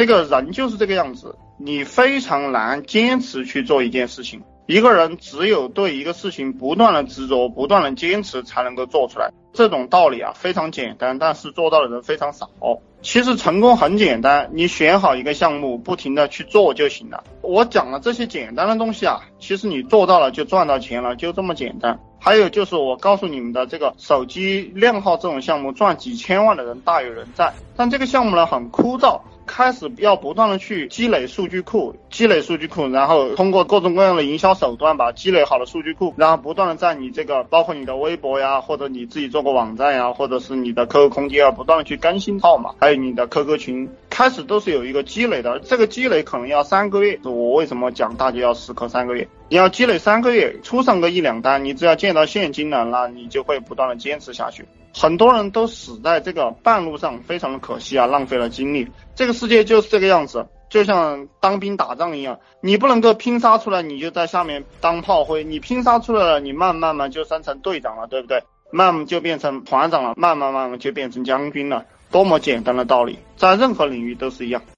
这个人就是这个样子，你非常难坚持去做一件事情。一个人只有对一个事情不断的执着，不断的坚持，才能够做出来。这种道理啊非常简单，但是做到的人非常少。其实成功很简单，你选好一个项目，不停的去做就行了。我讲了这些简单的东西啊，其实你做到了就赚到钱了，就这么简单。还有就是我告诉你们的这个手机靓号这种项目，赚几千万的人大有人在，但这个项目呢很枯燥，开始要不断的去积累数据库，然后通过各种各样的营销手段把积累好的数据库，然后不断的在你这个包括你的微博呀，或者你自己做个网站呀，或者是你的 QQ 空间啊，不断的去更新号码，还有你的 QQ 群，开始都是有一个积累的，这个积累可能要3个月。我为什么讲大家要死磕3个月？你要积累3个月，出上个1-2单，你只要见到现金了，那你就会不断的坚持下去。很多人都死在这个半路上，非常的可惜啊，浪费了精力。这个世界就是这个样子，就像当兵打仗一样，你不能够拼杀出来，你就在下面当炮灰，你拼杀出来了，你慢慢就升成队长了，对不对？慢慢就变成团长了，慢慢就变成将军了，多么简单的道理，在任何领域都是一样。